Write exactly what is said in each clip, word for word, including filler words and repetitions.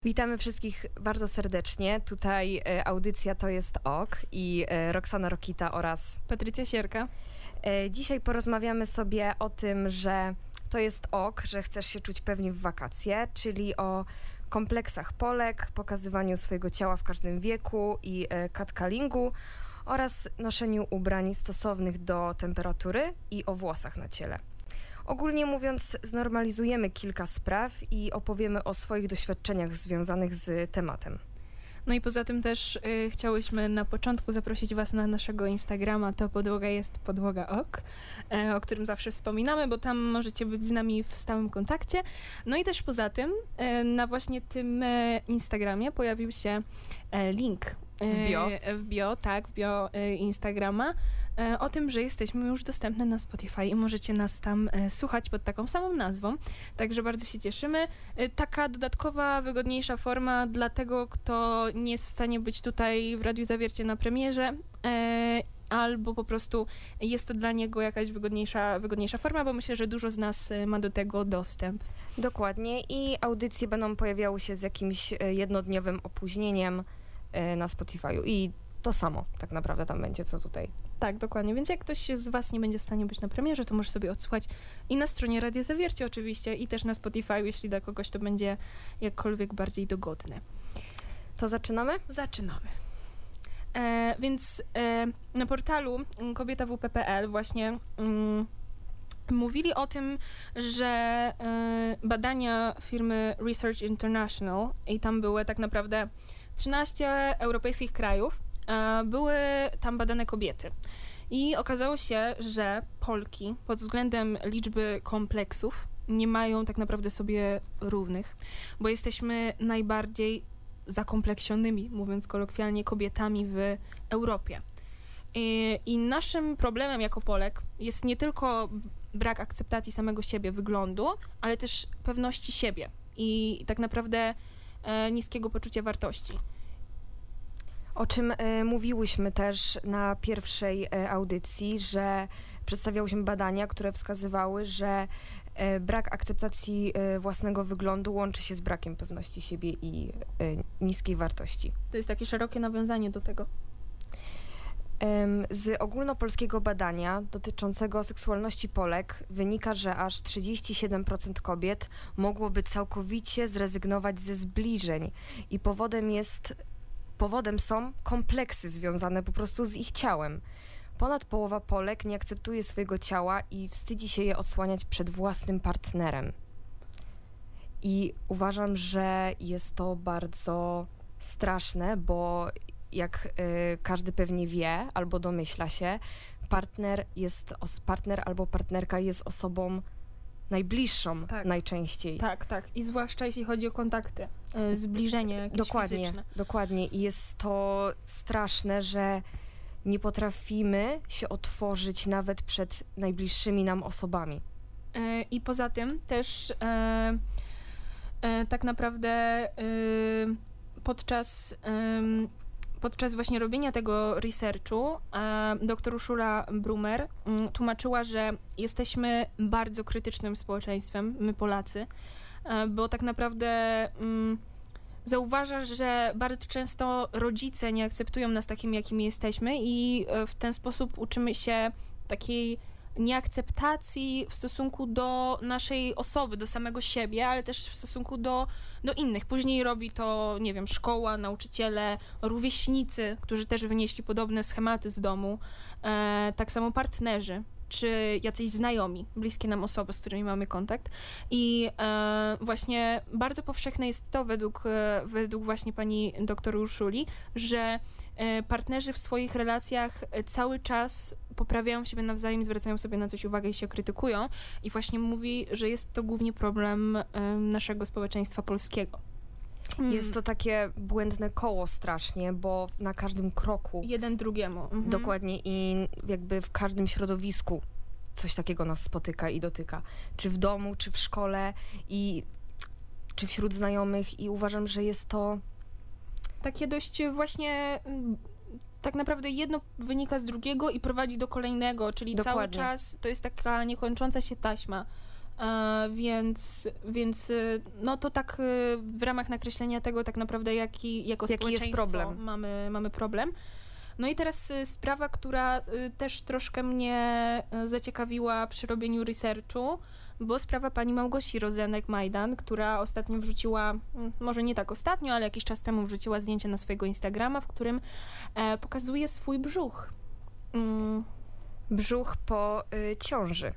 Witamy wszystkich bardzo serdecznie. Tutaj e, audycja To jest Ok i e, Roxana Rokita oraz Patrycja Sierka. E, dzisiaj porozmawiamy sobie o tym, że to jest ok, że chcesz się czuć pewnie w wakacje, czyli o kompleksach Polek, pokazywaniu swojego ciała w każdym wieku i e, catcallingu oraz noszeniu ubrań stosownych do temperatury i o włosach na ciele. Ogólnie mówiąc, znormalizujemy kilka spraw i opowiemy o swoich doświadczeniach związanych z tematem. No i poza tym też y, chciałyśmy na początku zaprosić was na naszego Instagrama, to podłoga jest podłoga ok, y, o którym zawsze wspominamy, bo tam możecie być z nami w stałym kontakcie. No i też poza tym y, na właśnie tym y, Instagramie pojawił się y, link. W bio? W bio, tak, w bio y, Instagrama, y, o tym, że jesteśmy już dostępne na Spotify i możecie nas tam y, słuchać pod taką samą nazwą. Także bardzo się cieszymy. Y, taka dodatkowa, wygodniejsza forma dla tego, kto nie jest w stanie być tutaj w Radiu Zawiercie na premierze, y, albo po prostu jest to dla niego jakaś wygodniejsza, wygodniejsza forma, bo myślę, że dużo z nas y, ma do tego dostęp. Dokładnie i audycje będą pojawiały się z jakimś y, jednodniowym opóźnieniem na Spotify'u i to samo tak naprawdę tam będzie, co tutaj. Tak, dokładnie, więc jak ktoś z was nie będzie w stanie być na premierze, to może sobie odsłuchać i na stronie Radia Zawiercie oczywiście i też na Spotify'u, jeśli dla kogoś to będzie jakkolwiek bardziej dogodne. To zaczynamy? Zaczynamy. E, więc e, na portalu kobieta w p kropka p l właśnie mm, mówili o tym, że e, badania firmy Research International i tam były tak naprawdę trzynaście europejskich krajów, e, były tam badane kobiety. I okazało się, że Polki pod względem liczby kompleksów nie mają tak naprawdę sobie równych, bo jesteśmy najbardziej zakompleksionymi, mówiąc kolokwialnie, kobietami w Europie. I, I naszym problemem jako Polek jest nie tylko brak akceptacji samego siebie, wyglądu, ale też pewności siebie i tak naprawdę e, niskiego poczucia wartości. O czym e, mówiłyśmy też na pierwszej e, audycji, że przedstawiałyśmy badania, które wskazywały, że e, brak akceptacji e, własnego wyglądu łączy się z brakiem pewności siebie i e, niskiej wartości. To jest takie szerokie nawiązanie do tego. Z ogólnopolskiego badania dotyczącego seksualności Polek wynika, że aż trzydzieści siedem procent kobiet mogłoby całkowicie zrezygnować ze zbliżeń i powodem jest, powodem są kompleksy związane po prostu z ich ciałem. Ponad połowa Polek nie akceptuje swojego ciała i wstydzi się je odsłaniać przed własnym partnerem. I uważam, że jest to bardzo straszne, bo jak y, każdy pewnie wie albo domyśla się, partner jest os- partner albo partnerka jest osobą najbliższą tak. najczęściej. Tak, tak. I zwłaszcza jeśli chodzi o kontakty, y, zbliżenie jakieś dokładnie, fizyczne. Dokładnie. I jest to straszne, że nie potrafimy się otworzyć nawet przed najbliższymi nam osobami. Y, I poza tym też y, y, tak naprawdę y, podczas y, Podczas właśnie robienia tego researchu e, dr Urszula Brumer m, tłumaczyła, że jesteśmy bardzo krytycznym społeczeństwem, my Polacy, e, bo tak naprawdę m, zauważa, że bardzo często rodzice nie akceptują nas takimi, jakimi jesteśmy i e, w ten sposób uczymy się takiej nieakceptacji w stosunku do naszej osoby, do samego siebie, ale też w stosunku do, do innych. Później robi to, nie wiem, szkoła, nauczyciele, rówieśnicy, którzy też wynieśli podobne schematy z domu, e, tak samo partnerzy, czy jacyś znajomi, bliskie nam osoby, z którymi mamy kontakt. I e, właśnie bardzo powszechne jest to według, e, według właśnie pani doktor Urszuli, że e, partnerzy w swoich relacjach cały czas poprawiają siebie nawzajem, zwracają sobie na coś uwagę i się krytykują. I właśnie mówi, że jest to głównie problem e, naszego społeczeństwa polskiego. Jest to takie błędne koło strasznie, bo na każdym kroku... Jeden drugiemu. Mhm. Dokładnie i jakby w każdym środowisku coś takiego nas spotyka i dotyka. Czy w domu, czy w szkole, i czy wśród znajomych i uważam, że jest to... Takie dość właśnie... Tak naprawdę jedno wynika z drugiego i prowadzi do kolejnego, czyli Dokładnie. Cały czas to jest taka niekończąca się taśma. E, więc, więc no to tak w ramach nakreślenia tego tak naprawdę jaki, jako jaki jest problem. Mamy, mamy problem. No i teraz sprawa, która też troszkę mnie zaciekawiła przy robieniu researchu, bo sprawa pani Małgosi Rozenek-Majdan, która ostatnio wrzuciła, może nie tak ostatnio, ale jakiś czas temu wrzuciła zdjęcie na swojego Instagrama, w którym e, pokazuje swój brzuch. Mm. Brzuch po y, ciąży.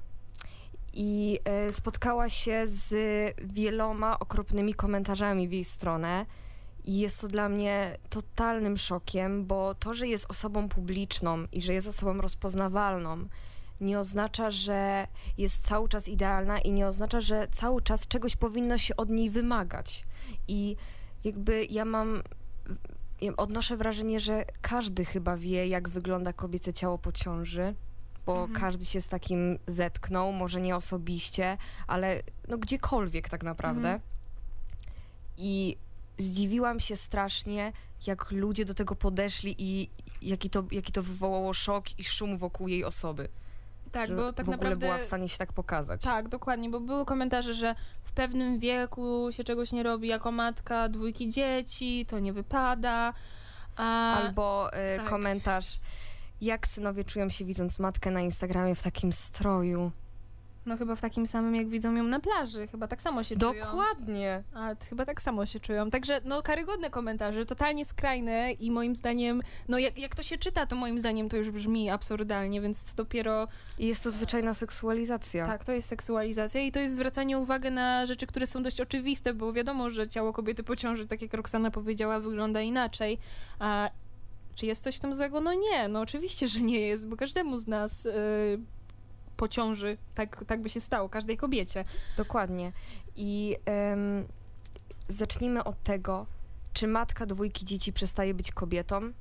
I y, spotkała się z wieloma okropnymi komentarzami w jej stronę. I jest to dla mnie totalnym szokiem, bo to, że jest osobą publiczną i że jest osobą rozpoznawalną, nie oznacza, że jest cały czas idealna i nie oznacza, że cały czas czegoś powinno się od niej wymagać. I jakby ja mam, ja odnoszę wrażenie, że każdy chyba wie, jak wygląda kobiece ciało po ciąży, bo mhm. każdy się z takim zetknął, może nie osobiście, ale no gdziekolwiek tak naprawdę. Mhm. I zdziwiłam się strasznie, jak ludzie do tego podeszli i jaki to, jaki to wywołało szok i szum wokół jej osoby. Tak, że bo tak w ogóle naprawdę była w stanie się tak pokazać. Tak, dokładnie, bo były komentarze, że w pewnym wieku się czegoś nie robi jako matka dwójki dzieci, to nie wypada. A... Albo y, tak. komentarz, jak synowie czują się widząc matkę na Instagramie w takim stroju. No chyba w takim samym, jak widzą ją na plaży. Chyba tak samo się Dokładnie. czują. Dokładnie. A chyba tak samo się czują. Także no karygodne komentarze, totalnie skrajne i moim zdaniem, no jak, jak to się czyta, to moim zdaniem to już brzmi absurdalnie, więc dopiero... I jest to zwyczajna seksualizacja. Tak, to jest seksualizacja i to jest zwracanie uwagi na rzeczy, które są dość oczywiste, bo wiadomo, że ciało kobiety po ciąży, tak jak Roxana powiedziała, wygląda inaczej. A czy jest coś w tym złego? No nie, no oczywiście, że nie jest, bo każdemu z nas... Yy, po ciąży, tak, tak by się stało, każdej kobiecie. Dokładnie. I um, zacznijmy od tego, czy matka dwójki dzieci przestaje być kobietą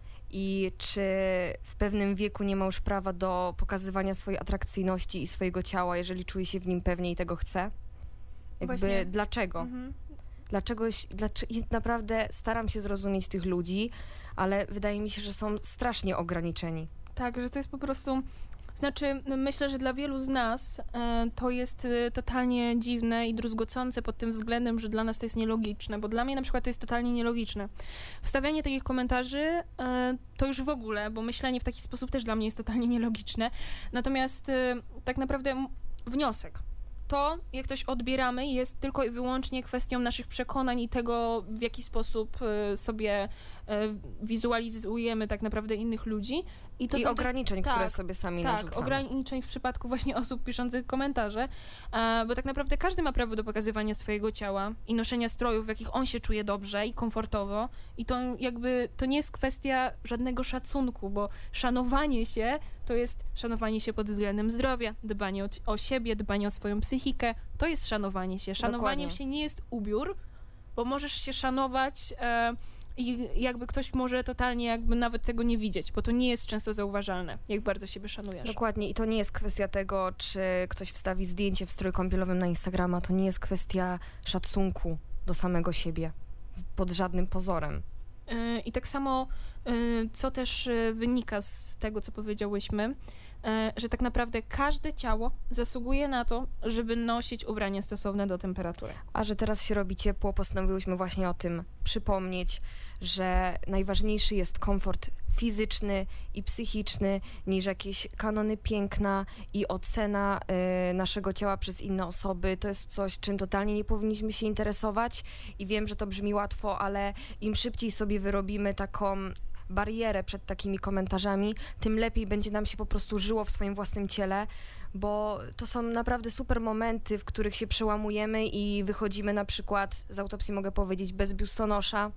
i czy w pewnym wieku nie ma już prawa do pokazywania swojej atrakcyjności i swojego ciała, jeżeli czuje się w nim pewnie i tego chce? Jakby Właśnie. Dlaczego? Mhm. Dlaczego, dlaczego? Naprawdę staram się zrozumieć tych ludzi, ale wydaje mi się, że są strasznie ograniczeni. Tak, że to jest po prostu... Znaczy, myślę, że dla wielu z nas e, to jest e, totalnie dziwne i druzgocące pod tym względem, że dla nas to jest nielogiczne, bo dla mnie na przykład to jest totalnie nielogiczne. Wstawianie takich komentarzy e, to już w ogóle, bo myślenie w taki sposób też dla mnie jest totalnie nielogiczne. Natomiast e, tak naprawdę m- wniosek. To, jak coś odbieramy, jest tylko i wyłącznie kwestią naszych przekonań i tego, w jaki sposób y, sobie y, wizualizujemy tak naprawdę innych ludzi. I, to I są ograniczeń, te... które tak, sobie sami tak, narzucamy. ograniczeń w przypadku właśnie osób piszących komentarze, e, bo tak naprawdę każdy ma prawo do pokazywania swojego ciała i noszenia strojów, w jakich on się czuje dobrze i komfortowo. I to jakby, to nie jest kwestia żadnego szacunku, bo szanowanie się to jest szanowanie się pod względem zdrowia, dbanie o, o siebie, dbanie o swoją psychikę. To jest szanowanie się. Szanowaniem Dokładnie. się nie jest ubiór, bo możesz się szanować e, i jakby ktoś może totalnie jakby nawet tego nie widzieć, bo to nie jest często zauważalne, jak bardzo siebie szanujesz. Dokładnie i to nie jest kwestia tego, czy ktoś wstawi zdjęcie w stroju kąpielowym na Instagrama, to nie jest kwestia szacunku do samego siebie, pod żadnym pozorem. I tak samo, co też wynika z tego, co powiedziałyśmy, że tak naprawdę każde ciało zasługuje na to, żeby nosić ubrania stosowne do temperatury. A że teraz się robi ciepło, postanowiłyśmy właśnie o tym przypomnieć, że najważniejszy jest komfort fizyczny i psychiczny niż jakieś kanony piękna i ocena y, naszego ciała przez inne osoby. To jest coś, czym totalnie nie powinniśmy się interesować i wiem, że to brzmi łatwo, ale im szybciej sobie wyrobimy taką barierę przed takimi komentarzami, tym lepiej będzie nam się po prostu żyło w swoim własnym ciele, bo to są naprawdę super momenty, w których się przełamujemy i wychodzimy na przykład, z autopsji mogę powiedzieć, bez biustonosza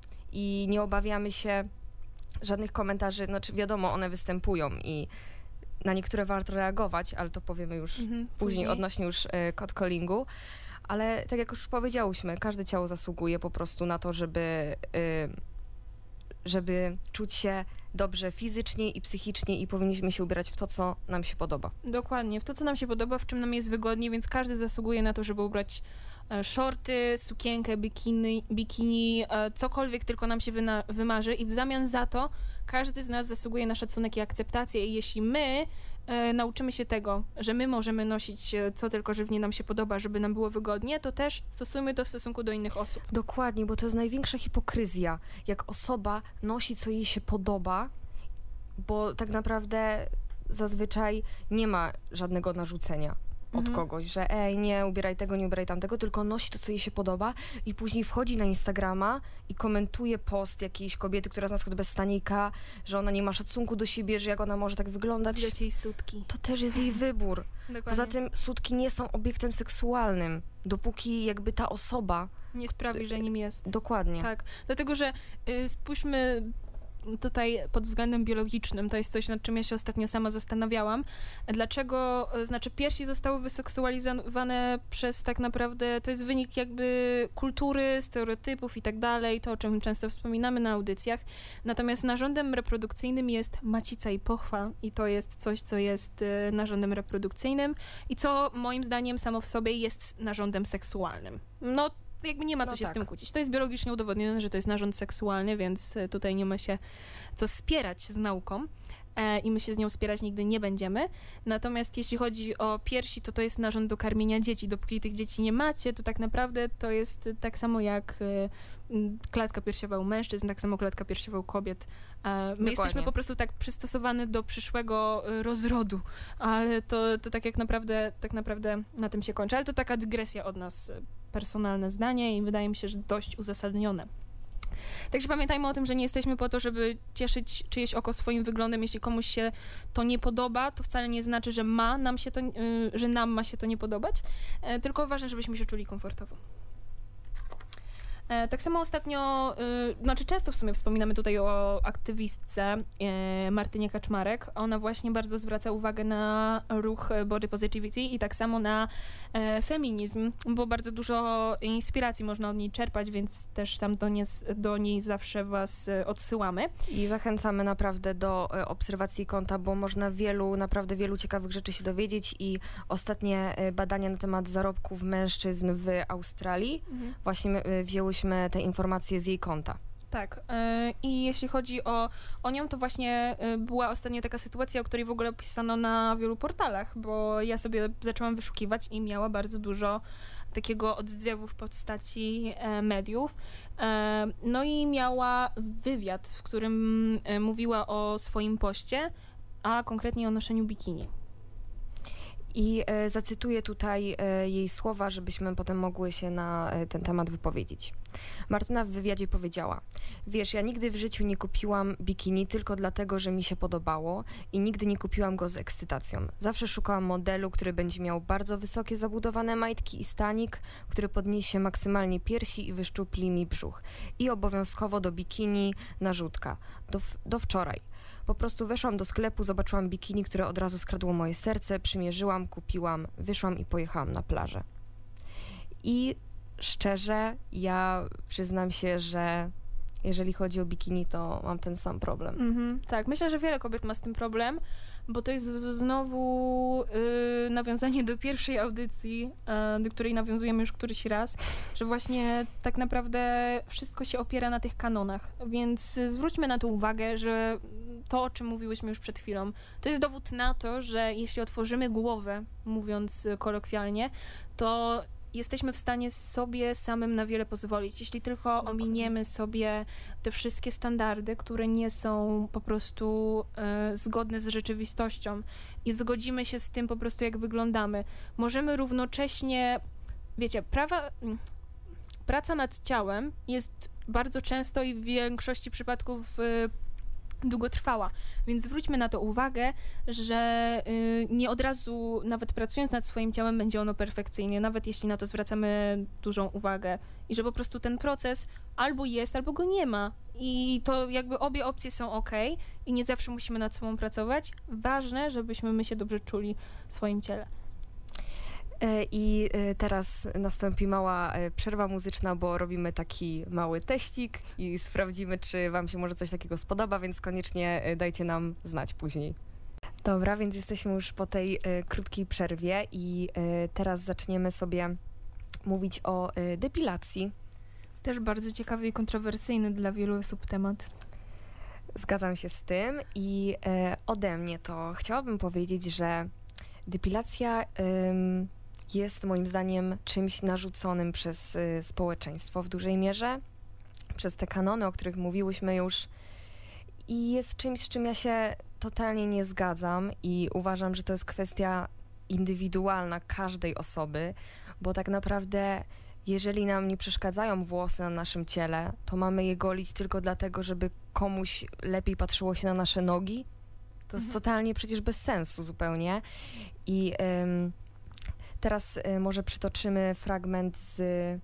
i nie obawiamy się żadnych komentarzy, znaczy wiadomo, one występują i na niektóre warto reagować, ale to powiemy już mhm, później, później odnośnie już y, catcallingu, ale tak jak już powiedziałyśmy, każde ciało zasługuje po prostu na to, żeby y, żeby czuć się dobrze fizycznie i psychicznie i powinniśmy się ubierać w to, co nam się podoba. Dokładnie, w to, co nam się podoba, w czym nam jest wygodnie, więc każdy zasługuje na to, żeby ubrać e, shorty, sukienkę, bikini, bikini e, cokolwiek tylko nam się wyna- wymarzy i w zamian za to każdy z nas zasługuje na szacunek i akceptację i jeśli my e, nauczymy się tego, że my możemy nosić e, co tylko żywnie nam się podoba, żeby nam było wygodnie, to też stosujmy to w stosunku do innych osób. Dokładnie, bo to jest największa hipokryzja, jak osoba nosi, co jej się podoba, bo tak naprawdę zazwyczaj nie ma żadnego narzucenia od Mhm. kogoś, że ej, nie, ubieraj tego, nie ubieraj tamtego, tylko nosi to, co jej się podoba i później wchodzi na Instagrama i komentuje post jakiejś kobiety, która jest na przykład bez stanika, że ona nie ma szacunku do siebie, że jak ona może tak wyglądać. Widać jej sutki. To też jest jej wybór. Dokładnie. Poza tym sutki nie są obiektem seksualnym, dopóki jakby ta osoba... Nie sprawi, że nim jest. Dokładnie. Tak, dlatego że y, spójrzmy tutaj pod względem biologicznym, to jest coś, nad czym ja się ostatnio sama zastanawiałam. Dlaczego, y, znaczy piersi zostały wyseksualizowane przez tak naprawdę, to jest wynik jakby kultury, stereotypów i tak dalej, to o czym często wspominamy na audycjach. Natomiast narządem reprodukcyjnym jest macica i pochwa i to jest coś, co jest y, narządem reprodukcyjnym i co moim zdaniem samo w sobie jest narządem seksualnym. No jakby nie ma co No się tak. z tym kłócić. To jest biologicznie udowodnione, że to jest narząd seksualny, więc e, tutaj nie ma się co spierać z nauką e, i my się z nią spierać nigdy nie będziemy. Natomiast jeśli chodzi o piersi, to to jest narząd do karmienia dzieci. Dopóki tych dzieci nie macie, to tak naprawdę to jest tak samo jak e, m, klatka piersiowa u mężczyzn, tak samo klatka piersiowa u kobiet. E, my Dokładnie. jesteśmy po prostu tak przystosowane do przyszłego e, rozrodu, ale to, to tak jak naprawdę, tak naprawdę na tym się kończy. Ale to taka dygresja od nas, e, personalne zdanie i wydaje mi się, że dość uzasadnione. Także pamiętajmy o tym, że nie jesteśmy po to, żeby cieszyć czyjeś oko swoim wyglądem. Jeśli komuś się to nie podoba, to wcale nie znaczy, że ma nam się to, y, że nam ma się to nie podobać, e, tylko ważne, żebyśmy się czuli komfortowo. E, Tak samo ostatnio, y, znaczy często w sumie wspominamy tutaj o aktywistce e, Martynie Kaczmarek. Ona właśnie bardzo zwraca uwagę na ruch body positivity i tak samo na e, feminizm, bo bardzo dużo inspiracji można od niej czerpać, więc też tam do, nie, do niej zawsze was e, odsyłamy. I zachęcamy naprawdę do e, obserwacji konta, bo można wielu, naprawdę wielu ciekawych rzeczy się dowiedzieć i ostatnie e, badania na temat zarobków mężczyzn w Australii właśnie e, wzięłyśmy te informacje z jej konta. Tak. e, I jeśli chodzi o, o nią, to właśnie e, była ostatnio taka sytuacja, o której w ogóle pisano na wielu portalach, bo ja sobie zaczęłam wyszukiwać i miała bardzo dużo takiego odzewu w postaci e, mediów. E, no i miała wywiad, w którym e, mówiła o swoim poście, a konkretnie o noszeniu bikini. I e, zacytuję tutaj e, jej słowa, żebyśmy potem mogły się na e, ten temat wypowiedzieć. Martyna w wywiadzie powiedziała: wiesz, ja nigdy w życiu nie kupiłam bikini tylko dlatego, że mi się podobało i nigdy nie kupiłam go z ekscytacją. Zawsze szukałam modelu, który będzie miał bardzo wysokie zabudowane majtki i stanik, który podniesie maksymalnie piersi i wyszczupli mi brzuch. I obowiązkowo do bikini narzutka. Do, do wczoraj. Po prostu weszłam do sklepu, zobaczyłam bikini, które od razu skradło moje serce, przymierzyłam, kupiłam, wyszłam i pojechałam na plażę. I szczerze, ja przyznam się, że jeżeli chodzi o bikini, to mam ten sam problem. Mhm, tak, myślę, że wiele kobiet ma z tym problem, bo to jest z- znowu y, nawiązanie do pierwszej audycji, y, do której nawiązujemy już któryś raz, że właśnie tak naprawdę wszystko się opiera na tych kanonach, więc y, zwróćmy na to uwagę, że to, o czym mówiłyśmy już przed chwilą, to jest dowód na to, że jeśli otworzymy głowę, mówiąc y, kolokwialnie, to jesteśmy w stanie sobie samym na wiele pozwolić, jeśli tylko Dokładnie. ominiemy sobie te wszystkie standardy, które nie są po prostu e, zgodne z rzeczywistością i zgodzimy się z tym po prostu, jak wyglądamy. Możemy równocześnie, wiecie, prawa, mm, praca nad ciałem jest bardzo często i w większości przypadków y, długotrwała, więc zwróćmy na to uwagę, że y, nie od razu, nawet pracując nad swoim ciałem, będzie ono perfekcyjnie, nawet jeśli na to zwracamy dużą uwagę i że po prostu ten proces albo jest, albo go nie ma i to jakby obie opcje są okej i nie zawsze musimy nad sobą pracować. Ważne, żebyśmy my się dobrze czuli w swoim ciele. E, I e, teraz nastąpi mała e, przerwa muzyczna, bo robimy taki mały teścik i sprawdzimy, czy wam się może coś takiego spodoba, więc koniecznie e, dajcie nam znać później. Dobra, więc jesteśmy już po tej e, krótkiej przerwie i e, teraz zaczniemy sobie mówić o e, depilacji. Też bardzo ciekawy i kontrowersyjny dla wielu osób temat. Zgadzam się z tym i e, ode mnie to chciałabym powiedzieć, że depilacja ym, jest moim zdaniem czymś narzuconym przez y, społeczeństwo w dużej mierze, przez te kanony, o których mówiłyśmy już. I jest czymś, z czym ja się totalnie nie zgadzam i uważam, że to jest kwestia indywidualna każdej osoby, bo tak naprawdę jeżeli nam nie przeszkadzają włosy na naszym ciele, to mamy je golić tylko dlatego, żeby komuś lepiej patrzyło się na nasze nogi. To jest Mhm. totalnie przecież bez sensu zupełnie. I ym, teraz y, może przytoczymy fragment z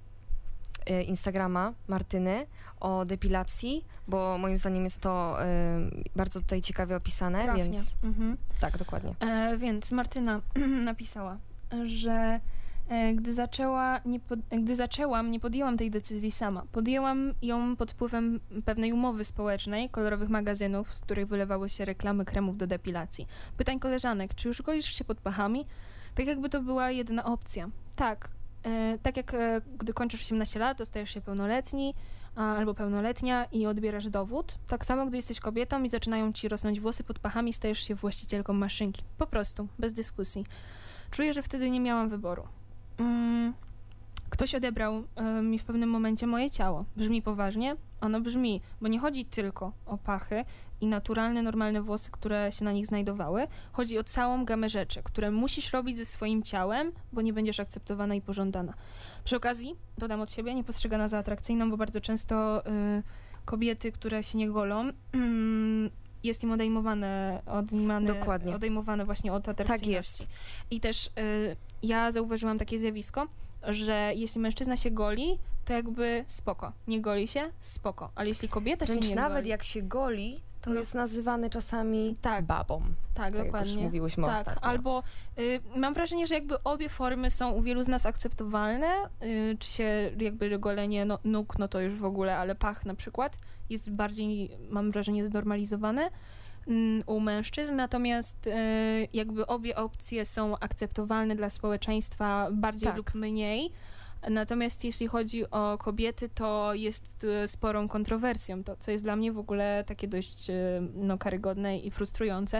y, Instagrama Martyny o depilacji, bo moim zdaniem jest to y, bardzo tutaj ciekawie opisane, Trafnie. więc Mhm. tak, dokładnie. E, więc Martyna napisała, że e, gdy, zaczęła, nie pod, gdy zaczęłam, nie podjęłam tej decyzji sama. Podjęłam ją pod wpływem pewnej umowy społecznej, kolorowych magazynów, z których wylewały się reklamy kremów do depilacji. Pytań koleżanek, czy już golisz się pod pachami? Tak jakby to była jedyna opcja. Tak, e, tak jak e, gdy kończysz osiemnaście lat, to stajesz się pełnoletni, a, albo pełnoletnia i odbierasz dowód. Tak samo, gdy jesteś kobietą i zaczynają ci rosnąć włosy pod pachami, stajesz się właścicielką maszynki. Po prostu, bez dyskusji. Czuję, że wtedy nie miałam wyboru. Mm, ktoś odebrał e, mi w pewnym momencie moje ciało. Brzmi poważnie? Ono brzmi, bo nie chodzi tylko o pachy i naturalne, normalne włosy, które się na nich znajdowały. Chodzi o całą gamę rzeczy, które musisz robić ze swoim ciałem, bo nie będziesz akceptowana i pożądana. Przy okazji, dodam od siebie, nie postrzegana za atrakcyjną, bo bardzo często y, kobiety, które się nie golą, mm, jest im odejmowane, odejmowane, Dokładnie. odejmowane właśnie od atrakcyjności. Tak jest. I też y, ja zauważyłam takie zjawisko, że jeśli mężczyzna się goli, to jakby spoko. Nie goli się, spoko. Ale jeśli kobieta Wręcz się nie nawet goli... jak się goli, to No. jest nazywany czasami Tak. babą. Tak, Tak dokładnie. jak już mówiłyśmy tak, ostatnio. albo y, mam wrażenie, że jakby obie formy są u wielu z nas akceptowalne, y, czy się jakby golenie no, nóg, no to już w ogóle, ale pach na przykład jest bardziej, mam wrażenie, znormalizowane mm, u mężczyzn, natomiast y, jakby obie opcje są akceptowalne dla społeczeństwa bardziej Tak. lub mniej. Natomiast jeśli chodzi o kobiety, to jest y, sporą kontrowersją, to co jest dla mnie w ogóle takie dość y, no, karygodne i frustrujące,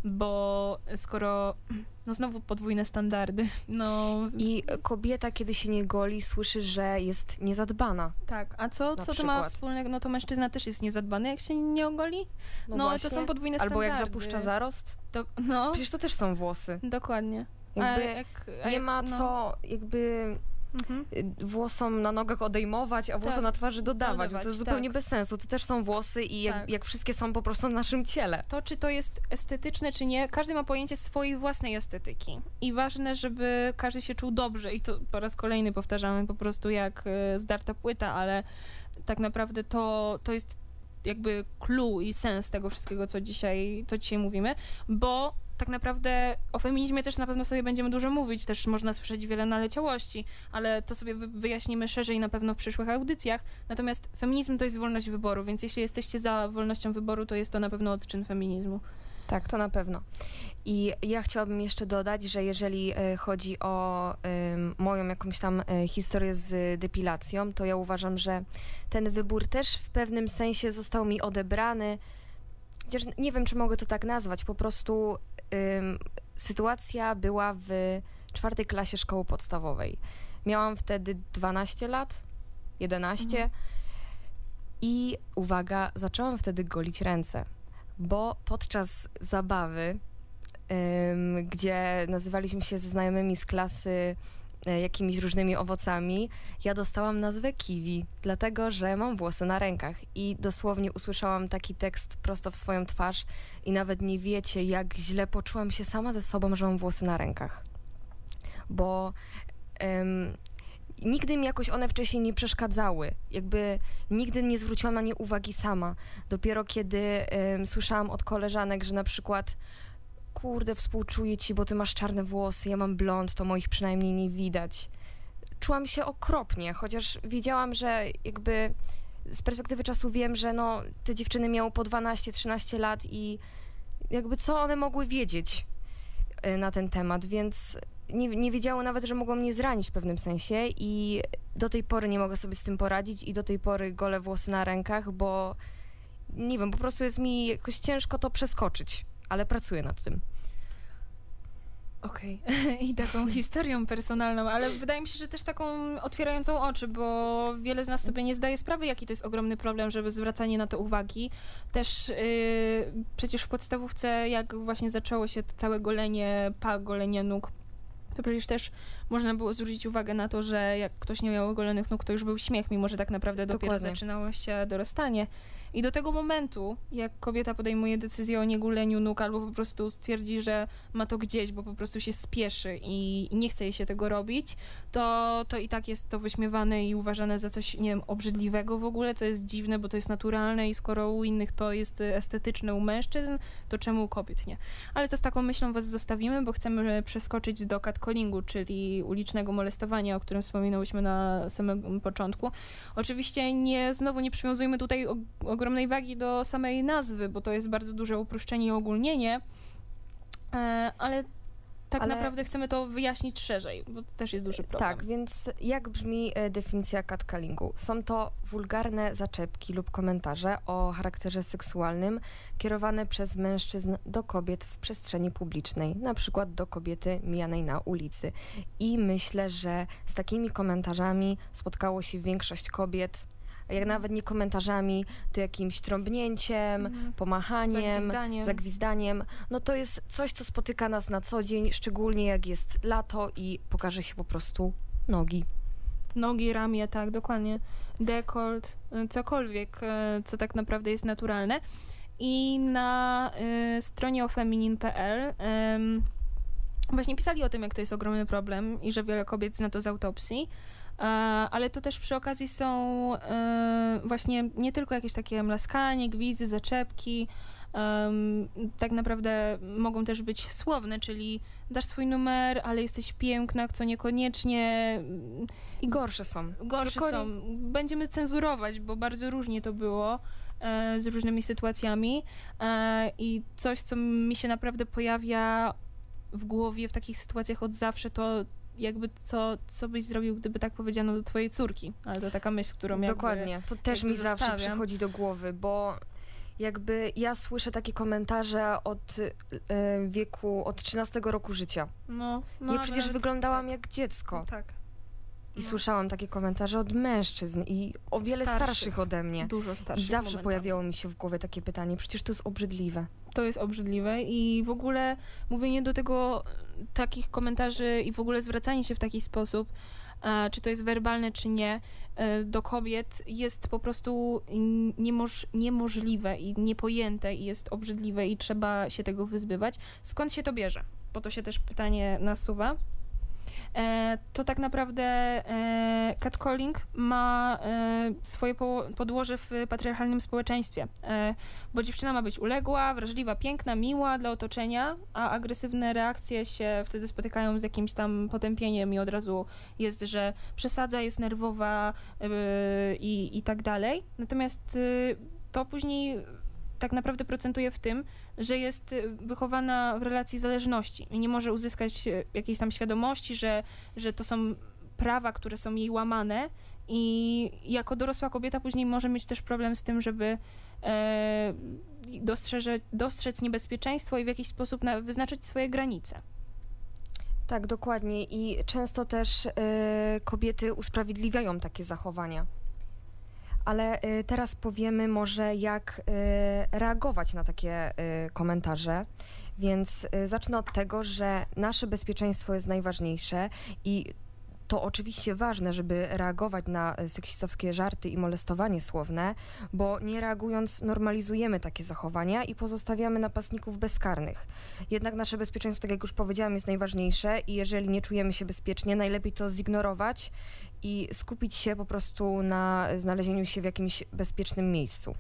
bo skoro, no znowu podwójne standardy, no I kobieta, kiedy się nie goli, słyszy, że jest niezadbana. tak, a co, Na co to ma przykład. wspólnego, no to mężczyzna też jest niezadbany, jak się nie ogoli? No, to właśnie. są podwójne Albo standardy. jak zapuszcza zarost. Do, no, Przecież to też są włosy. dokładnie. Jakby a jak, a nie jak, ma no, co jakby mhm. y, włosom na nogach odejmować, a włosom Tak. na twarzy dodawać. bo to Dodawać, jest zupełnie tak. bez sensu. To też są włosy i jak, Tak. jak wszystkie są po prostu na naszym ciele. To, czy to jest estetyczne, czy nie, każdy ma pojęcie swojej własnej estetyki. I ważne, żeby każdy się czuł dobrze. I to po raz kolejny powtarzamy po prostu jak e, zdarta płyta, ale tak naprawdę to, to jest jakby clue i sens tego wszystkiego, co dzisiaj, to dzisiaj mówimy, bo tak naprawdę o feminizmie też na pewno sobie będziemy dużo mówić, też można słyszeć wiele naleciałości, ale to sobie wy- wyjaśnimy szerzej na pewno w przyszłych audycjach. Natomiast feminizm to jest wolność wyboru, więc jeśli jesteście za wolnością wyboru, to jest to na pewno odczyn feminizmu. Tak, to na pewno. I ja chciałabym jeszcze dodać, że jeżeli e, chodzi o em, moją jakąś tam e, historię z depilacją, to ja uważam, że ten wybór też w pewnym sensie został mi odebrany. Chociaż nie wiem, czy mogę to tak nazwać. Po prostu em, sytuacja była w czwartej klasie szkoły podstawowej. Miałam wtedy dwanaście lat, jedenaście Mhm. i uwaga, zaczęłam wtedy golić ręce, bo podczas zabawy, ym, gdzie nazywaliśmy się ze znajomymi z klasy e, jakimiś różnymi owocami, ja dostałam nazwę kiwi, dlatego że mam włosy na rękach i dosłownie usłyszałam taki tekst prosto w swoją twarz i nawet nie wiecie, jak źle poczułam się sama ze sobą, że mam włosy na rękach. Bo ym, nigdy mi jakoś one wcześniej nie przeszkadzały. Jakby nigdy nie zwróciłam na nie uwagi sama. Dopiero kiedy ym, słyszałam od koleżanek, że na przykład kurde, współczuję ci, bo ty masz czarne włosy, ja mam blond, to moich przynajmniej nie widać. Czułam się okropnie, chociaż wiedziałam, że jakby z perspektywy czasu wiem, że no, te dziewczyny miały po dwanaście trzynaście lat i jakby co one mogły wiedzieć y, na ten temat, więc nie, nie wiedziały nawet, że mogą mnie zranić w pewnym sensie i do tej pory nie mogę sobie z tym poradzić i do tej pory golę włosy na rękach, bo nie wiem, po prostu jest mi jakoś ciężko to przeskoczyć, ale pracuję nad tym. Okej. Okay. I taką historią personalną, ale wydaje mi się, że też taką otwierającą oczy, bo wiele z nas sobie nie zdaje sprawy, jaki to jest ogromny problem, żeby zwracanie na to uwagi. Też yy, przecież w podstawówce, jak właśnie zaczęło się to całe golenie pach, golenie nóg, to przecież też można było zwrócić uwagę na to, że jak ktoś nie miał ogolonych nóg, to już był śmiech, mimo że tak naprawdę dopiero Dokładnie. zaczynało się dorastanie. I do tego momentu, jak kobieta podejmuje decyzję o nieguleniu nóg albo po prostu stwierdzi, że ma to gdzieś, bo po prostu się spieszy i nie chce jej się tego robić, to, to i tak jest to wyśmiewane i uważane za coś, nie wiem, obrzydliwego w ogóle, co jest dziwne, bo to jest naturalne i skoro u innych to jest estetyczne u mężczyzn, to czemu u kobiet nie? Ale to z taką myślą was zostawimy, bo chcemy przeskoczyć do catcallingu, czyli ulicznego molestowania, o którym wspominałyśmy na samym początku. Oczywiście nie, znowu nie przywiązujmy tutaj o, ogromnej wagi do samej nazwy, bo to jest bardzo duże uproszczenie i ogólnienie, e, ale tak ale... naprawdę chcemy to wyjaśnić szerzej, bo to też jest duży problem. Tak, więc jak brzmi e, definicja catcallingu? Są to wulgarne zaczepki lub komentarze o charakterze seksualnym kierowane przez mężczyzn do kobiet w przestrzeni publicznej, na przykład do kobiety mijanej na ulicy. I myślę, że z takimi komentarzami spotkało się większość kobiet, jak nawet nie komentarzami, to jakimś trąbnięciem, mm. pomachaniem, zagwizdaniem. zagwizdaniem. No to jest coś, co spotyka nas na co dzień, szczególnie jak jest lato i pokaże się po prostu nogi. Nogi, ramię, tak, dokładnie. Dekolt, cokolwiek, co tak naprawdę jest naturalne. I na y, stronie ofeminin kropka pe el y, właśnie pisali o tym, jak to jest ogromny problem i że wiele kobiet zna to z autopsji. Ale to też przy okazji są właśnie nie tylko jakieś takie mlaskanie, gwizdy, zaczepki, tak naprawdę mogą też być słowne, czyli dasz swój numer, ale jesteś piękna, co niekoniecznie... I gorsze są. Gorsze tylko... są. Będziemy cenzurować, bo bardzo różnie to było z różnymi sytuacjami i coś, co mi się naprawdę pojawia w głowie w takich sytuacjach od zawsze, to jakby co, co byś zrobił, gdyby tak powiedziano do twojej córki. Ale to taka myśl, którą jakby... Dokładnie. To też mi zawsze zostawiam. przychodzi do głowy, bo jakby ja słyszę takie komentarze od y, wieku, od trzynastego roku życia. No, no ja przecież wyglądałam tak. jak dziecko. No, tak. I no. słyszałam takie komentarze od mężczyzn i o wiele starszych, starszych ode mnie. Dużo starszych. I zawsze momentami. pojawiało mi się w głowie takie pytanie, przecież to jest obrzydliwe. To jest obrzydliwe i w ogóle mówienie do tego takich komentarzy i w ogóle zwracanie się w taki sposób, e, czy to jest werbalne, czy nie, e, do kobiet jest po prostu niemoż, niemożliwe i niepojęte i jest obrzydliwe i trzeba się tego wyzbywać. Skąd się to bierze? Bo to się też pytanie nasuwa. E, to tak naprawdę e, catcalling ma e, swoje po, podłoże w patriarchalnym społeczeństwie, e, bo dziewczyna ma być uległa, wrażliwa, piękna, miła dla otoczenia, a agresywne reakcje się wtedy spotykają z jakimś tam potępieniem i od razu jest, że przesadza, jest nerwowa e, i, i tak dalej. Natomiast e, to później tak naprawdę procentuje w tym, że jest wychowana w relacji zależności i nie może uzyskać jakiejś tam świadomości, że, że to są prawa, które są jej łamane i jako dorosła kobieta później może mieć też problem z tym, żeby e, dostrzeże, dostrzec niebezpieczeństwo i w jakiś sposób na, wyznaczyć swoje granice. Tak, dokładnie i często też y, kobiety usprawiedliwiają takie zachowania. Ale y, teraz powiemy może, jak y, reagować na takie y, komentarze. Więc y, zacznę od tego, że nasze bezpieczeństwo jest najważniejsze i to oczywiście ważne, żeby reagować na seksistowskie żarty i molestowanie słowne, bo nie reagując normalizujemy takie zachowania i pozostawiamy napastników bezkarnych. Jednak nasze bezpieczeństwo, tak jak już powiedziałam, jest najważniejsze i jeżeli nie czujemy się bezpiecznie, najlepiej to zignorować i skupić się po prostu na znalezieniu się w jakimś bezpiecznym miejscu.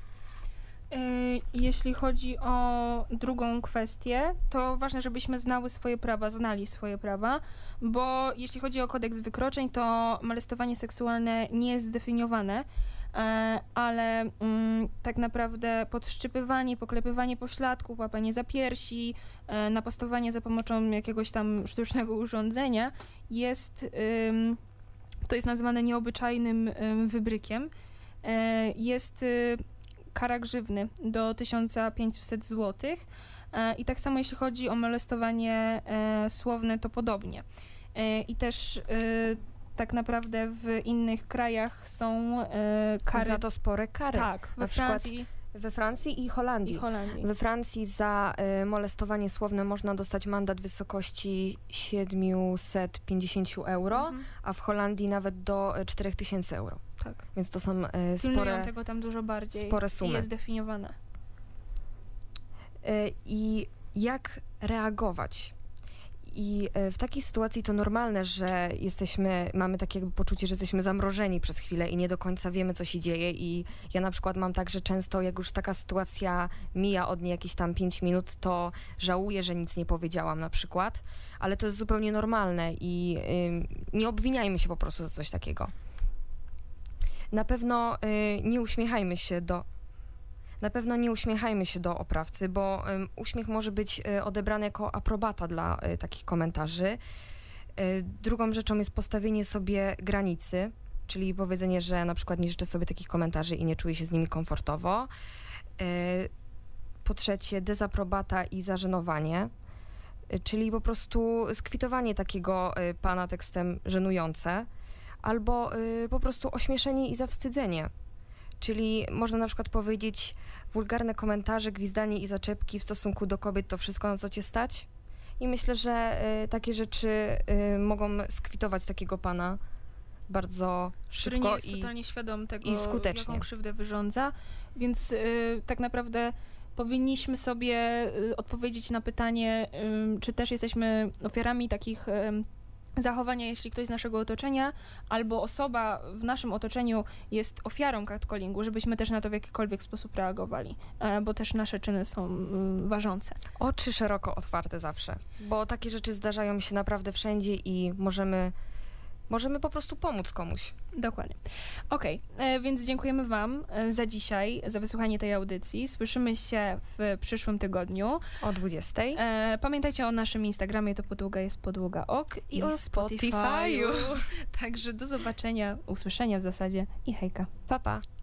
Jeśli chodzi o drugą kwestię, to ważne, żebyśmy znały swoje prawa, znali swoje prawa, bo jeśli chodzi o kodeks wykroczeń, to molestowanie seksualne nie jest zdefiniowane, ale mm, tak naprawdę podszczypywanie, poklepywanie pośladków, łapanie za piersi, napastowanie za pomocą jakiegoś tam sztucznego urządzenia jest, to jest nazywane nieobyczajnym wybrykiem, jest kara grzywny do tysiąc pięćset złotych. E, I tak samo jeśli chodzi o molestowanie e, słowne, to podobnie. E, I też e, tak naprawdę w innych krajach są e, kary. Za to spore kary. Tak, we Na przykład Francji we Francji i Holandii. i Holandii. We Francji za y, molestowanie słowne można dostać mandat w wysokości siedemset pięćdziesiąt euro, Mhm. a w Holandii nawet do y, cztery tysiące euro. Tak. Więc to są y, Pilnują spore, tego tam dużo bardziej spore i sumy. jest definiowane. Y, I jak reagować? I y, w takiej sytuacji to normalne, że jesteśmy, mamy takie jakby poczucie, że jesteśmy zamrożeni przez chwilę i nie do końca wiemy, co się dzieje. I ja na przykład mam tak, że często jak już taka sytuacja mija od niej jakieś tam pięć minut, to żałuję, że nic nie powiedziałam na przykład, ale to jest zupełnie normalne i y, nie obwiniajmy się po prostu za coś takiego. Na pewno y, nie uśmiechajmy się do Na pewno nie uśmiechajmy się do oprawcy, bo um, uśmiech może być y, odebrany jako aprobata dla y, takich komentarzy. Y, drugą rzeczą jest postawienie sobie granicy, czyli powiedzenie, że na przykład nie życzę sobie takich komentarzy i nie czuję się z nimi komfortowo. Y, po trzecie, dezaprobata i zażenowanie, y, czyli po prostu skwitowanie takiego y, pana tekstem żenujące, albo y, po prostu ośmieszenie i zawstydzenie. Czyli można na przykład powiedzieć wulgarne komentarze, gwizdanie i zaczepki w stosunku do kobiet to wszystko, na co cię stać. I myślę, że y, takie rzeczy y, mogą skwitować takiego pana bardzo Który szybko nie jest i totalnie świadom tego, i skutecznie. jaką krzywdę wyrządza. Więc y, tak naprawdę powinniśmy sobie y, odpowiedzieć na pytanie, y, czy też jesteśmy ofiarami takich y, zachowania, jeśli ktoś z naszego otoczenia albo osoba w naszym otoczeniu jest ofiarą catcallingu, żebyśmy też na to w jakikolwiek sposób reagowali, e, bo też nasze czyny są y, ważące. Oczy szeroko otwarte zawsze, bo takie rzeczy zdarzają się naprawdę wszędzie i możemy, możemy po prostu pomóc komuś. Dokładnie. Okej, e, więc dziękujemy Wam e, za dzisiaj, za wysłuchanie tej audycji. Słyszymy się w przyszłym tygodniu. O dwudziestej. E, pamiętajcie o naszym Instagramie, to podługa jest podługa ok i, I o Spotify'u. Spotify'u. Także do zobaczenia, usłyszenia w zasadzie i hejka. Pa, pa.